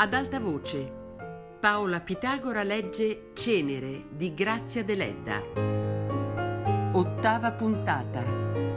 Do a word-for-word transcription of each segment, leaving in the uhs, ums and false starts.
Ad alta voce, Paola Pitagora legge Cenere di Grazia Deledda. Ottava puntata.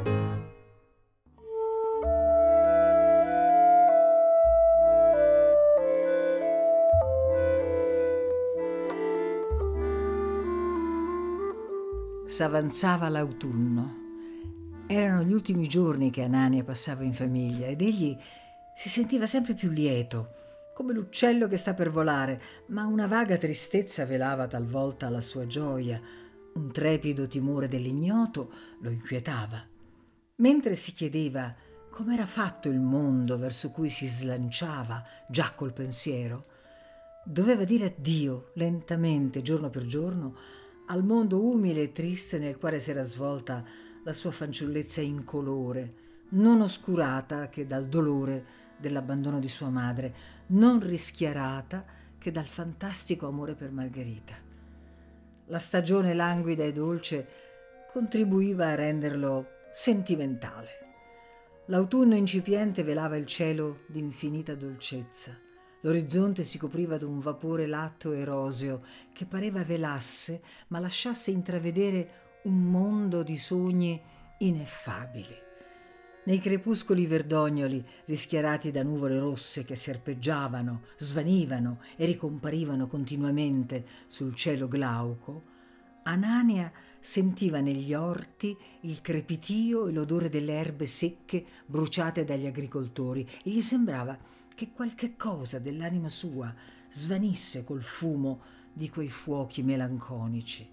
S'avanzava l'autunno. Erano gli ultimi giorni che Anania passava in famiglia ed egli si sentiva sempre più lieto, come l'uccello che sta per volare, ma una vaga tristezza velava talvolta la sua gioia, un trepido timore dell'ignoto lo inquietava. Mentre si chiedeva com'era fatto il mondo verso cui si slanciava già col pensiero, doveva dire addio lentamente, giorno per giorno, al mondo umile e triste nel quale si era svolta la sua fanciullezza incolore, non oscurata che dal dolore dell'abbandono di sua madre, non rischiarata che dal fantastico amore per Margherita. La stagione languida e dolce contribuiva a renderlo sentimentale. L'autunno incipiente velava il cielo di infinita dolcezza. L'orizzonte si copriva d'un vapore latto e roseo che pareva velasse, ma lasciasse intravedere un mondo di sogni ineffabili. Nei crepuscoli verdognoli, rischiarati da nuvole rosse che serpeggiavano, svanivano e ricomparivano continuamente sul cielo glauco, Anania sentiva negli orti il crepitio e l'odore delle erbe secche bruciate dagli agricoltori e gli sembrava che qualche cosa dell'anima sua svanisse col fumo di quei fuochi melanconici.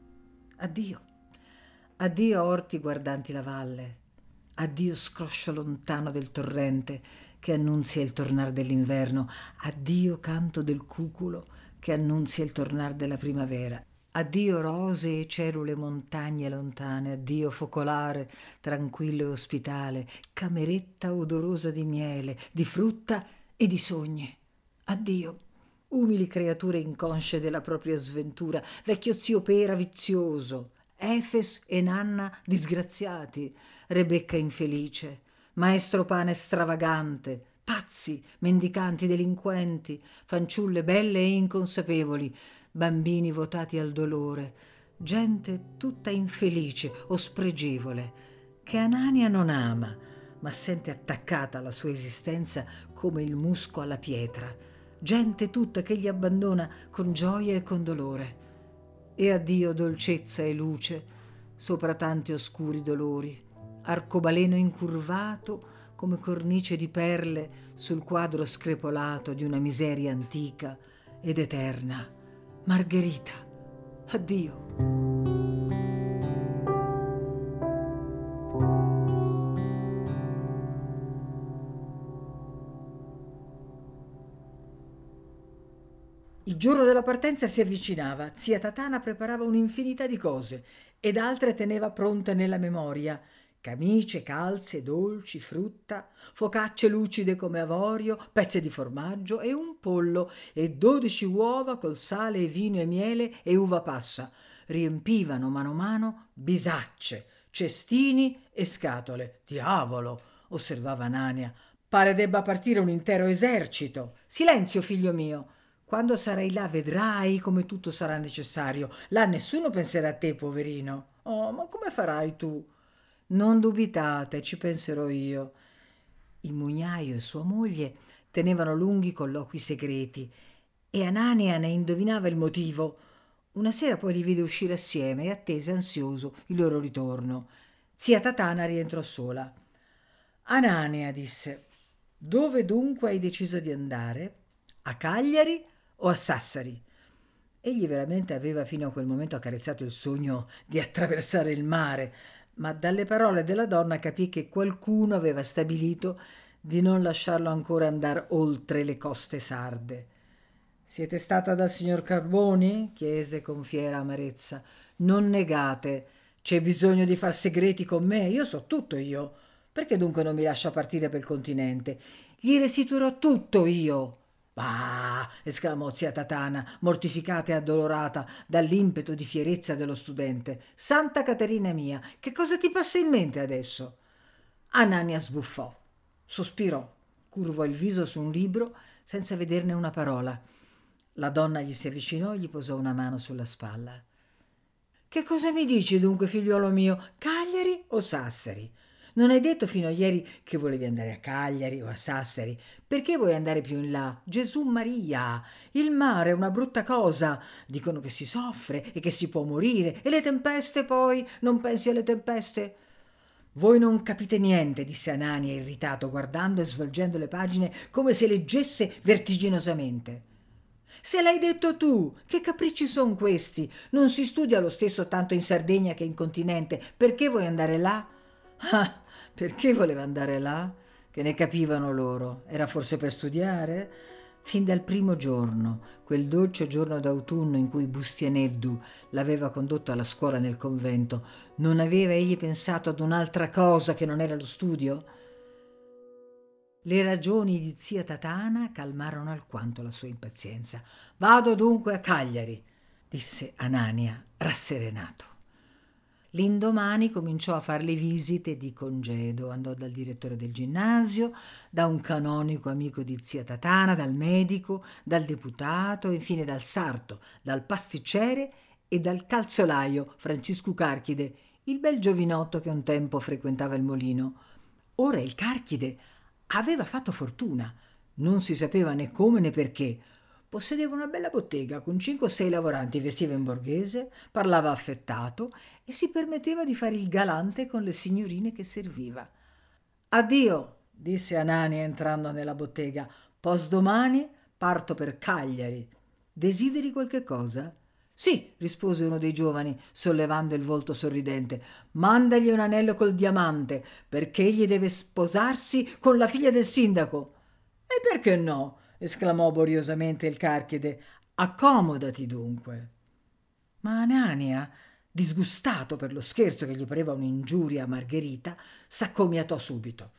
Addio, addio orti guardanti la valle, addio scroscio lontano del torrente che annunzia il tornar dell'inverno, addio canto del cuculo che annunzia il tornar della primavera, addio rose e cellule montagne lontane, addio focolare tranquillo e ospitale, cameretta odorosa di miele, di frutta e di sogni. Addio, umili creature inconsce della propria sventura, vecchio zio Pera vizioso, Efes e Nanna disgraziati, Rebecca infelice, maestro Pane stravagante, pazzi, mendicanti, delinquenti, fanciulle belle e inconsapevoli, bambini votati al dolore, gente tutta infelice o spregevole, che Anania non ama, ma sente attaccata alla sua esistenza come il musco alla pietra, gente tutta che gli abbandona con gioia e con dolore. E addio dolcezza e luce sopra tanti oscuri dolori, arcobaleno incurvato come cornice di perle sul quadro screpolato di una miseria antica ed eterna. Margherita, addio. Il giorno della partenza si avvicinava. Zia Tatana preparava un'infinità di cose ed altre teneva pronte nella memoria: camicie, calze, dolci, frutta, focacce lucide come avorio, pezze di formaggio e un pollo e dodici uova col sale e vino e miele e uva passa. Riempivano mano a mano bisacce, cestini e scatole. Diavolo, osservava Nania, pare debba partire un intero esercito. Silenzio, figlio mio. Quando sarai là vedrai come tutto sarà necessario. Là nessuno penserà a te, poverino. Oh, ma come farai tu? Non dubitate, ci penserò io. Il mugnaio e sua moglie tenevano lunghi colloqui segreti e Anania ne indovinava il motivo. Una sera poi li vide uscire assieme e attese ansioso il loro ritorno. Zia Tatana rientrò sola. Anania, disse, dove dunque hai deciso di andare? A Cagliari o a Sassari? Egli veramente aveva fino a quel momento accarezzato il sogno di attraversare il mare, ma dalle parole della donna capì che qualcuno aveva stabilito di non lasciarlo ancora andare oltre le coste sarde. Siete stata dal signor Carboni? Chiese con fiera amarezza. Non negate, c'è bisogno di far segreti con me, io so tutto io. Perché dunque non mi lascia partire per il continente? Gli restituirò tutto io. «Ah!» esclamò zia Tatana, mortificata e addolorata dall'impeto di fierezza dello studente. «Santa Caterina mia, che cosa ti passa in mente adesso?» Anania sbuffò, sospirò, curvò il viso su un libro, senza vederne una parola. La donna gli si avvicinò e gli posò una mano sulla spalla. «Che cosa mi dici dunque, figliuolo mio? Cagliari o Sassari? Non hai detto fino a ieri che volevi andare a Cagliari o a Sassari. Perché vuoi andare più in là? Gesù Maria! Il mare è una brutta cosa. Dicono che si soffre e che si può morire. E le tempeste poi? Non pensi alle tempeste?» «Voi non capite niente», disse Anania irritato, guardando e svolgendo le pagine come se leggesse vertiginosamente. «Se l'hai detto tu, che capricci son questi? Non si studia lo stesso tanto in Sardegna che in continente. Perché vuoi andare là?» «Ah, perché voleva andare là? Che ne capivano loro? Era forse per studiare?» Fin dal primo giorno, quel dolce giorno d'autunno in cui Bustianeddu l'aveva condotto alla scuola nel convento, non aveva egli pensato ad un'altra cosa che non era lo studio? Le ragioni di zia Tatana calmarono alquanto la sua impazienza. «Vado dunque a Cagliari», disse Anania, rasserenato. L'indomani cominciò a fare le visite di congedo. Andò dal direttore del ginnasio, da un canonico amico di zia Tatana, dal medico, dal deputato, infine dal sarto, dal pasticcere e dal calzolaio Francisco Carchide, il bel giovinotto che un tempo frequentava il molino. Ora il Carchide aveva fatto fortuna, non si sapeva né come né perché. Possedeva una bella bottega con cinque o sei lavoranti, vestiva in borghese, parlava affettato e si permetteva di fare il galante con le signorine che serviva. «Addio», disse Anania entrando nella bottega. «Postdomani parto per Cagliari. Desideri qualche cosa?» «Sì», rispose uno dei giovani, sollevando il volto sorridente. «Mandagli un anello col diamante, perché egli deve sposarsi con la figlia del sindaco». «E perché no?» esclamò boriosamente il Carchide. «Accomodati dunque». Ma Anania, disgustato per lo scherzo che gli pareva un'ingiuria a Margherita, s'accomiatò subito.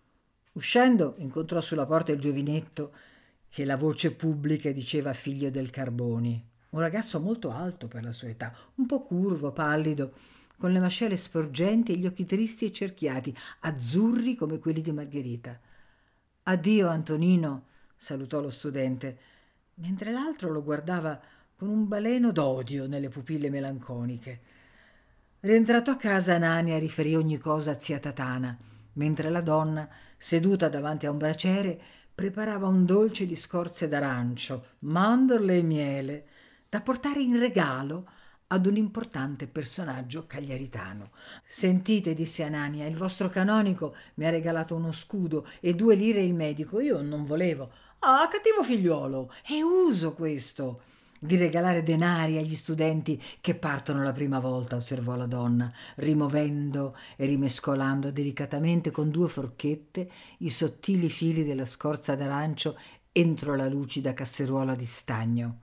Uscendo incontrò sulla porta il giovinetto che la voce pubblica diceva figlio del Carboni, un ragazzo molto alto per la sua età, un po' curvo, pallido, con le mascelle sporgenti e gli occhi tristi e cerchiati, azzurri come quelli di Margherita. «Addio, Antonino», salutò lo studente, mentre l'altro lo guardava con un baleno d'odio nelle pupille melanconiche. Rientrato a casa, Anania riferì ogni cosa a zia Tatana, mentre la donna, seduta davanti a un braciere, preparava un dolce di scorze d'arancio, mandorle e miele, da portare in regalo ad un importante personaggio cagliaritano. «Sentite», disse Anania, «il vostro canonico mi ha regalato uno scudo e due lire il medico. Io non volevo». «Ah, cattivo figliuolo, è uso questo di regalare denari agli studenti che partono la prima volta», osservò la donna, rimovendo e rimescolando delicatamente con due forchette i sottili fili della scorza d'arancio entro la lucida casseruola di stagno.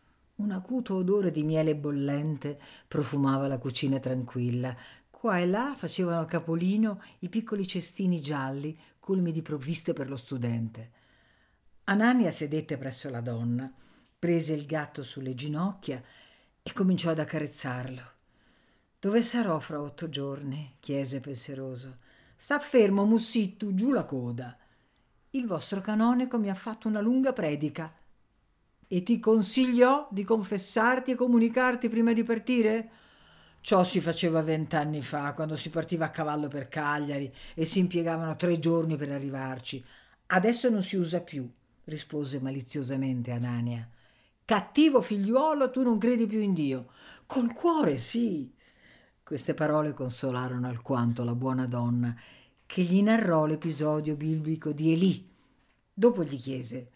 Un acuto odore di miele bollente profumava la cucina tranquilla. Qua e là facevano capolino i piccoli cestini gialli, colmi di provviste per lo studente. Anania sedette presso la donna, prese il gatto sulle ginocchia e cominciò ad accarezzarlo. «Dove sarò fra otto giorni?» chiese pensieroso. «Sta fermo, Mussittu, giù la coda. Il vostro canonico mi ha fatto una lunga predica». «E ti consigliò di confessarti e comunicarti prima di partire?» «Ciò si faceva vent'anni fa, quando si partiva a cavallo per Cagliari e si impiegavano tre giorni per arrivarci. Adesso non si usa più», rispose maliziosamente Anania. «Cattivo figliuolo, tu non credi più in Dio». «Col cuore, sì». Queste parole consolarono alquanto la buona donna, che gli narrò l'episodio biblico di Elì. Dopo gli chiese: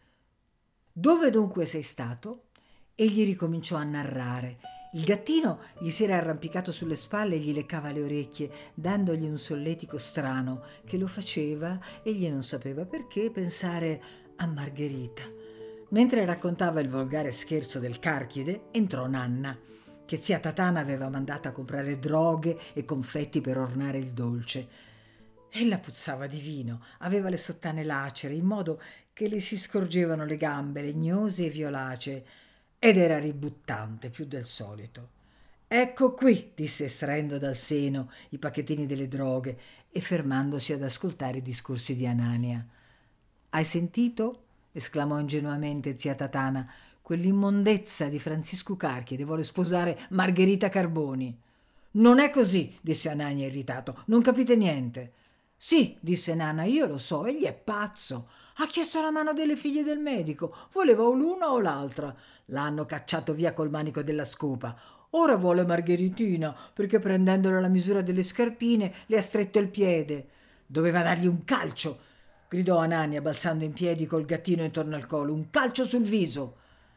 «Dove dunque sei stato?» Egli ricominciò a narrare. Il gattino gli si era arrampicato sulle spalle e gli leccava le orecchie, dandogli un solletico strano che lo faceva, egli non sapeva perché, pensare a Margherita. Mentre raccontava il volgare scherzo del Carchide, entrò Nanna, che zia Tatana aveva mandata a comprare droghe e confetti per ornare il dolce. Ella puzzava di vino, aveva le sottane lacere, in modo che le si scorgevano le gambe legnose e violacee, ed era ributtante più del solito. «Ecco qui», disse estraendo dal seno i pacchettini delle droghe e fermandosi ad ascoltare i discorsi di Anania. «Hai sentito?» esclamò ingenuamente zia Tatana. Quell'immondezza di Francisco Carchiede vuole sposare Margherita Carboni. Non è così, disse Anania irritato. Non capite niente. Sì, disse Nana, io lo so, egli è pazzo. Ha chiesto la mano delle figlie del medico. Voleva o l'una o l'altra. L'hanno cacciato via col manico della scopa. Ora vuole Margheritina, perché prendendole la misura delle scarpine le ha stretto il piede. Doveva dargli un calcio, gridò Anania balzando in piedi col gattino intorno al collo. Un calcio sul viso.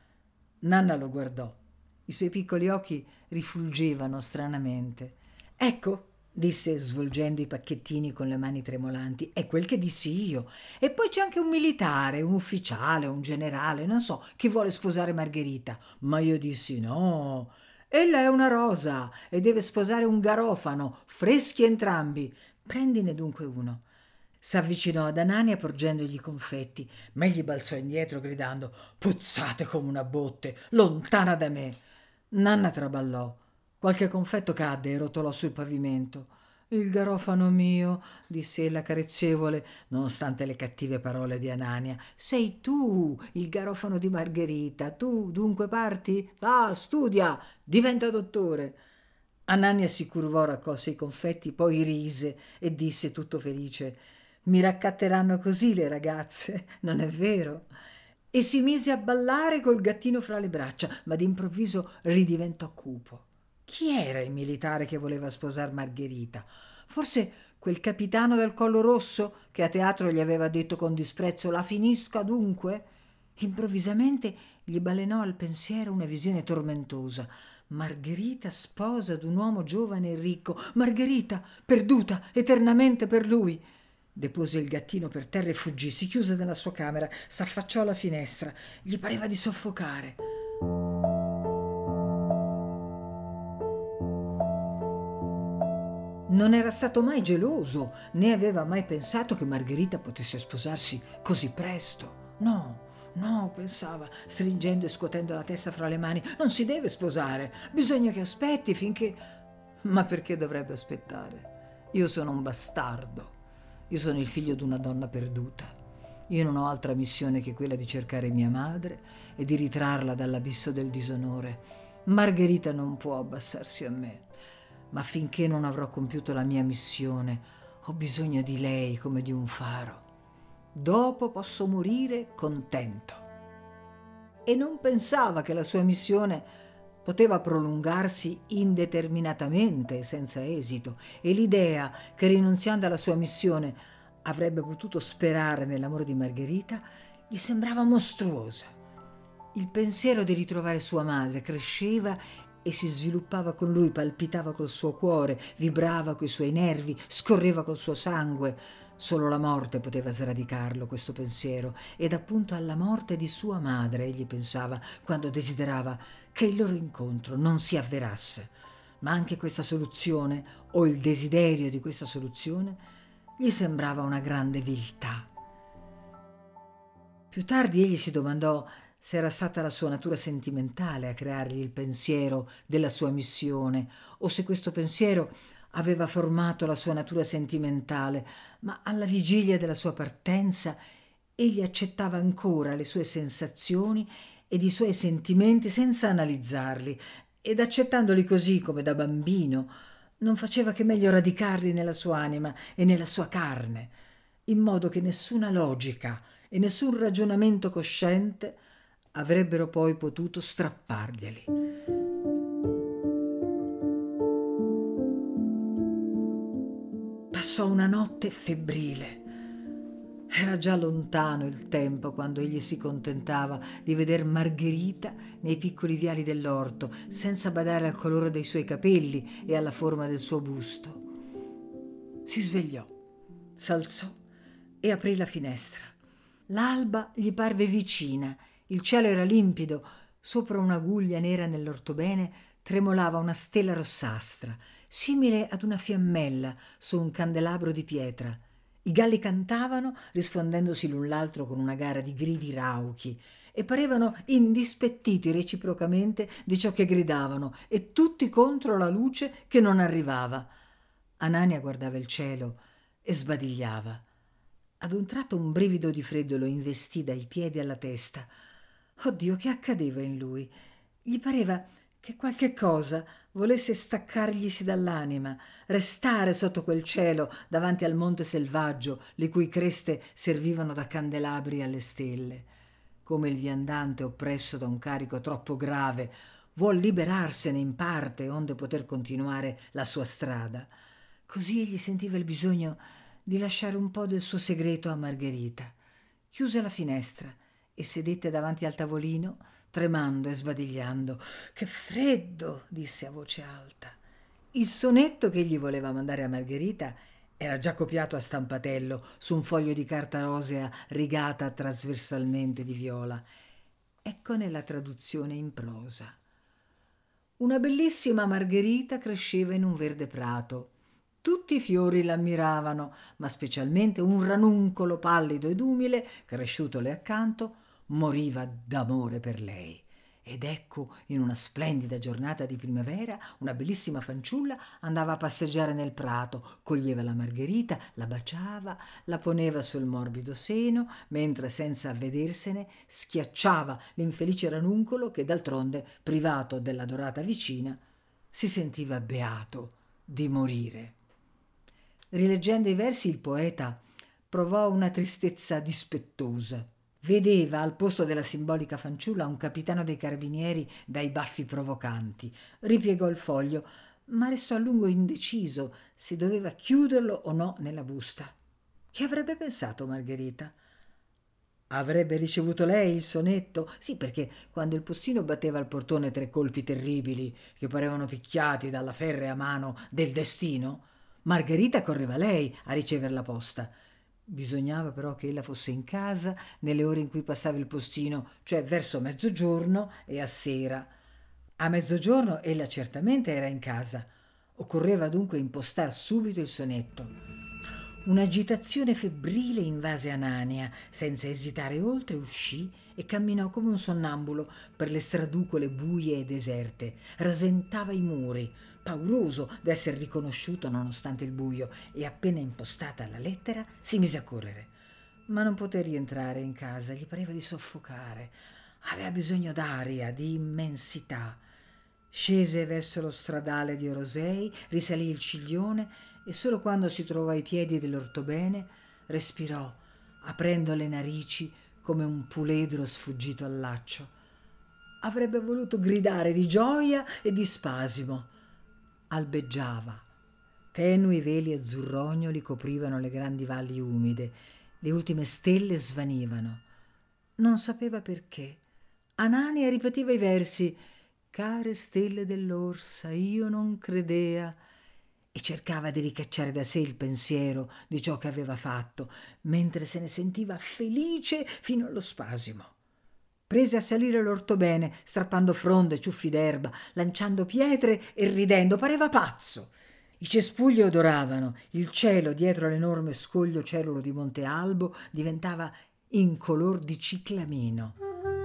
Nanna lo guardò. I suoi piccoli occhi rifulgevano stranamente. Ecco, disse svolgendo i pacchettini con le mani tremolanti, è quel che dissi io. E poi c'è anche un militare, un ufficiale, un generale, non so, che vuole sposare Margherita. Ma io dissi no. Ella è una rosa e deve sposare un garofano, freschi entrambi. Prendine dunque uno. S'avvicinò ad Anania porgendogli i confetti, ma egli balzò indietro gridando: puzzate come una botte, lontana da me. Nanna traballò. Qualche confetto cadde e rotolò sul pavimento. Il garofano mio, disse ella carezzevole, nonostante le cattive parole di Anania. Sei tu, il garofano di Margherita. Tu dunque parti? Va, studia, diventa dottore. Anania si curvò, raccolse i confetti, poi rise e disse tutto felice: mi raccatteranno così le ragazze, non è vero? E si mise a ballare col gattino fra le braccia, ma d'improvviso ridiventò cupo. Chi era il militare che voleva sposar Margherita? Forse quel capitano dal collo rosso che a teatro gli aveva detto con disprezzo: la finisca dunque? Improvvisamente gli balenò al pensiero una visione tormentosa. Margherita sposa d'un uomo giovane e ricco, Margherita perduta eternamente per lui. Depose il gattino per terra e fuggì, si chiuse nella sua camera, s'affacciò alla finestra, gli pareva di soffocare. Non era stato mai geloso, né aveva mai pensato che Margherita potesse sposarsi così presto. No, no, pensava, stringendo e scuotendo la testa fra le mani, non si deve sposare, bisogna che aspetti finché... Ma perché dovrebbe aspettare? Io sono un bastardo, io sono il figlio di una donna perduta. Io non ho altra missione che quella di cercare mia madre e di ritrarla dall'abisso del disonore. Margherita non può abbassarsi a me. Ma finché non avrò compiuto la mia missione, ho bisogno di lei come di un faro. Dopo posso morire contento. E non pensava che la sua missione poteva prolungarsi indeterminatamente e senza esito, e l'idea che rinunziando alla sua missione avrebbe potuto sperare nell'amore di Margherita gli sembrava mostruosa. Il pensiero di ritrovare sua madre cresceva e si sviluppava con lui, palpitava col suo cuore, vibrava coi suoi nervi, scorreva col suo sangue. Solo la morte poteva sradicarlo questo pensiero, ed appunto alla morte di sua madre egli pensava quando desiderava che il loro incontro non si avverasse. Ma anche questa soluzione, o il desiderio di questa soluzione, gli sembrava una grande viltà. Più tardi egli si domandò se era stata la sua natura sentimentale a creargli il pensiero della sua missione, o se questo pensiero aveva formato la sua natura sentimentale, ma alla vigilia della sua partenza egli accettava ancora le sue sensazioni ed i suoi sentimenti senza analizzarli, ed accettandoli così come da bambino non faceva che meglio radicarli nella sua anima e nella sua carne, in modo che nessuna logica e nessun ragionamento cosciente avrebbero poi potuto strapparglieli. Passò una notte febbrile. Era già lontano il tempo quando egli si contentava di veder Margherita nei piccoli viali dell'orto, senza badare al colore dei suoi capelli e alla forma del suo busto. Si svegliò, s'alzò e aprì la finestra. L'alba gli parve vicina. Il cielo era limpido, sopra una guglia nera nell'orthobene tremolava una stella rossastra, simile ad una fiammella su un candelabro di pietra. I galli cantavano, rispondendosi l'un l'altro con una gara di gridi rauchi, e parevano indispettiti reciprocamente di ciò che gridavano, e tutti contro la luce che non arrivava. Anania guardava il cielo e sbadigliava. Ad un tratto un brivido di freddo lo investì dai piedi alla testa. Oddio, che accadeva in lui? Gli pareva che qualche cosa volesse staccarglisi dall'anima, restare sotto quel cielo davanti al monte selvaggio, le cui creste servivano da candelabri alle stelle. Come il viandante oppresso da un carico troppo grave vuol liberarsene in parte onde poter continuare la sua strada. Così egli sentiva il bisogno di lasciare un po' del suo segreto a Margherita. Chiuse la finestra e sedette davanti al tavolino, tremando e sbadigliando. «Che freddo!» disse a voce alta. Il sonetto che egli voleva mandare a Margherita era già copiato a stampatello su un foglio di carta rosea rigata trasversalmente di viola. Eccone la traduzione in prosa. Una bellissima margherita cresceva in un verde prato. Tutti i fiori l'ammiravano, ma specialmente un ranuncolo pallido ed umile, cresciutole accanto, moriva d'amore per lei. Ed ecco, in una splendida giornata di primavera, una bellissima fanciulla andava a passeggiare nel prato, coglieva la margherita, la baciava, la poneva sul morbido seno, mentre senza avvedersene schiacciava l'infelice ranuncolo che d'altronde, privato della dorata vicina, si sentiva beato di morire. Rileggendo i versi, il poeta provò una tristezza dispettosa. Vedeva al posto della simbolica fanciulla un capitano dei carabinieri dai baffi provocanti. Ripiegò il foglio, ma restò a lungo indeciso se doveva chiuderlo o no nella busta. Che avrebbe pensato Margherita? Avrebbe ricevuto lei il sonetto? Sì, perché quando il postino batteva al portone tre colpi terribili che parevano picchiati dalla ferrea mano del destino, Margherita correva lei a ricever la posta. Bisognava però che ella fosse in casa nelle ore in cui passava il postino, cioè verso mezzogiorno e a sera. A mezzogiorno ella certamente era in casa. Occorreva dunque impostar subito il sonetto. Un'agitazione febbrile invase Anania. Senza esitare oltre uscì e camminò come un sonnambulo per le straducole buie e deserte. Rasentava i muri, pauroso d'essere riconosciuto nonostante il buio, e appena impostata la lettera si mise a correre. Ma non poté rientrare in casa, gli pareva di soffocare. Aveva bisogno d'aria, di immensità. Scese verso lo stradale di Orosei, risalì il ciglione e solo quando si trovò ai piedi dell'orthobene respirò, aprendo le narici come un puledro sfuggito al laccio. Avrebbe voluto gridare di gioia e di spasimo. Albeggiava. Tenui veli azzurrognoli coprivano le grandi valli umide. Le ultime stelle svanivano. Non sapeva perché. Anania ripeteva i versi: «Care stelle dell'orsa, io non credea», e cercava di ricacciare da sé il pensiero di ciò che aveva fatto, mentre se ne sentiva felice fino allo spasimo. Prese a salire l'orthobene, strappando fronde, ciuffi d'erba, lanciando pietre e ridendo, pareva pazzo. I cespugli odoravano, il cielo dietro l'enorme scoglio cerulo di Monte Albo diventava incolor di ciclamino.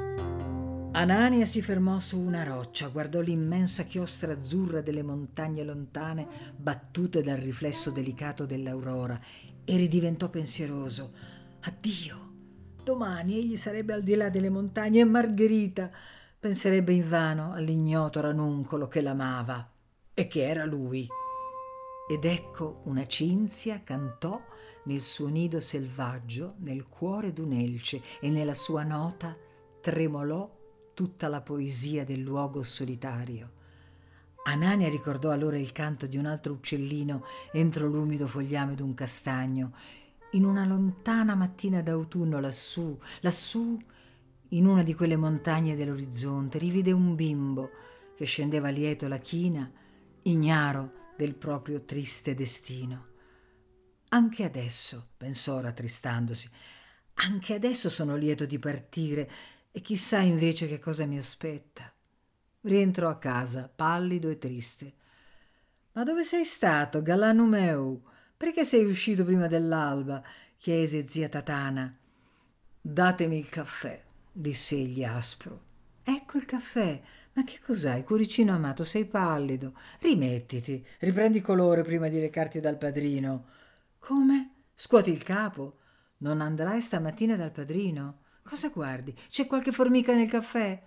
Anania si fermò su una roccia, guardò l'immensa chiostra azzurra delle montagne lontane battute dal riflesso delicato dell'aurora e ridiventò pensieroso. Addio! Domani egli sarebbe al di là delle montagne e Margherita penserebbe invano all'ignoto ranuncolo che l'amava e che era lui. Ed ecco una cinzia cantò nel suo nido selvaggio nel cuore d'un'elce e nella sua nota tremolò tutta la poesia del luogo solitario. Anania ricordò allora il canto di un altro uccellino entro l'umido fogliame d'un castagno. In una lontana mattina d'autunno lassù, lassù, in una di quelle montagne dell'orizzonte, rivide un bimbo che scendeva lieto la china, ignaro del proprio triste destino. Anche adesso, pensò rattristandosi, anche adesso sono lieto di partire e chissà invece che cosa mi aspetta. Rientrò a casa, pallido e triste. «Ma dove sei stato, galano meu? Perché sei uscito prima dell'alba?» chiese zia Tatana. «Datemi il caffè», disse egli aspro. «Ecco il caffè. Ma che cos'hai, cuoricino amato? Sei pallido. Rimettiti, riprendi colore prima di recarti dal padrino». «Come? Scuoti il capo. Non andrai stamattina dal padrino? Cosa guardi? C'è qualche formica nel caffè?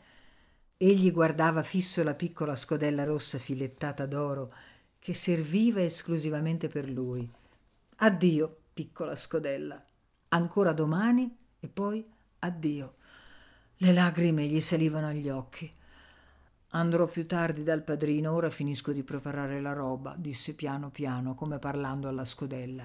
Egli guardava fisso la piccola scodella rossa filettata d'oro che serviva esclusivamente per lui. Addio, piccola scodella. Ancora domani e poi addio. Le lagrime gli salivano agli occhi. Andrò più tardi dal padrino, ora finisco di preparare la roba, disse piano piano, come parlando alla scodella.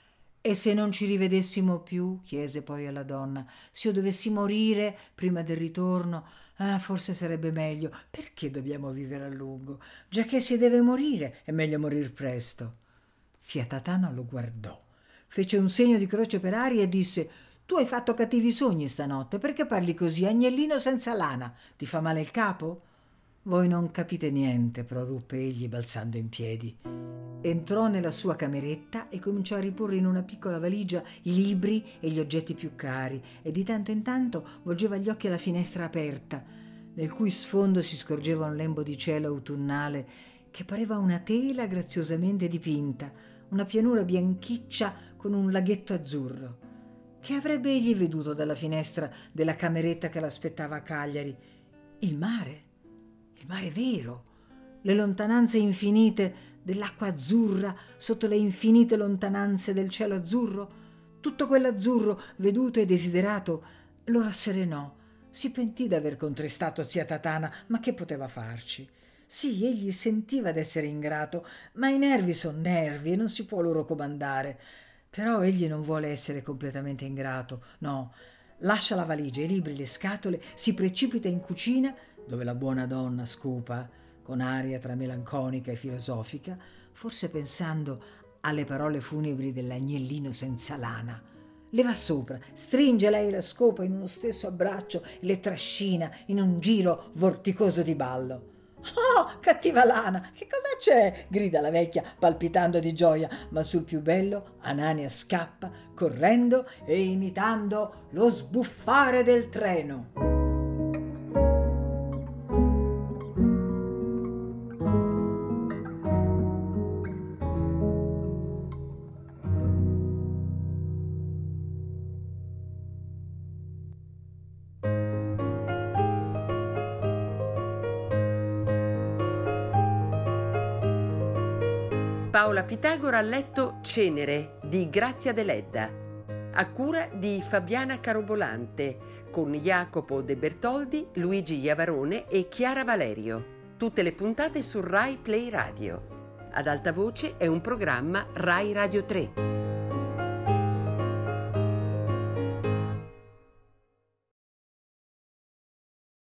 E se non ci rivedessimo più? Chiese poi alla donna. Se io dovessi morire prima del ritorno, ah, forse sarebbe meglio. Perché dobbiamo vivere a lungo? Già che si deve morire, è meglio morir presto. Zia Tatana lo guardò, fece un segno di croce per aria e disse: tu hai fatto cattivi sogni stanotte, perché parli così, agnellino senza lana? Ti fa male il capo? Voi non capite niente, proruppe egli balzando in piedi. Entrò nella sua cameretta e cominciò a riporre in una piccola valigia i libri e gli oggetti più cari e di tanto in tanto volgeva gli occhi alla finestra aperta, nel cui sfondo si scorgeva un lembo di cielo autunnale che pareva una tela graziosamente dipinta, una pianura bianchiccia con un laghetto azzurro. Che avrebbe egli veduto dalla finestra della cameretta che l'aspettava a Cagliari? Il mare, il mare vero, le lontananze infinite dell'acqua azzurra sotto le infinite lontananze del cielo azzurro. Tutto quell'azzurro veduto e desiderato lo rasserenò. Si pentì d'aver contristato zia Tatana, ma che poteva farci? Sì, egli sentiva d'essere ingrato, ma i nervi son nervi e non si può loro comandare. Però egli non vuole essere completamente ingrato, no. Lascia la valigia, i libri, le scatole, si precipita in cucina, dove la buona donna scopa, con aria tra melanconica e filosofica, forse pensando alle parole funebri dell'agnellino senza lana. Le va sopra, stringe lei la scopa in uno stesso abbraccio e le trascina in un giro vorticoso di ballo. «Oh, cattiva lana, che cosa c'è?» grida la vecchia palpitando di gioia, ma sul più bello Anania scappa correndo e imitando lo sbuffare del treno. Paola Pitagora ha letto Cenere di Grazia Deledda, a cura di Fabiana Carobolante, con Jacopo De Bertoldi, Luigi Iavarone e Chiara Valerio. Tutte le puntate su Rai Play Radio. Ad alta voce è un programma Rai Radio tre.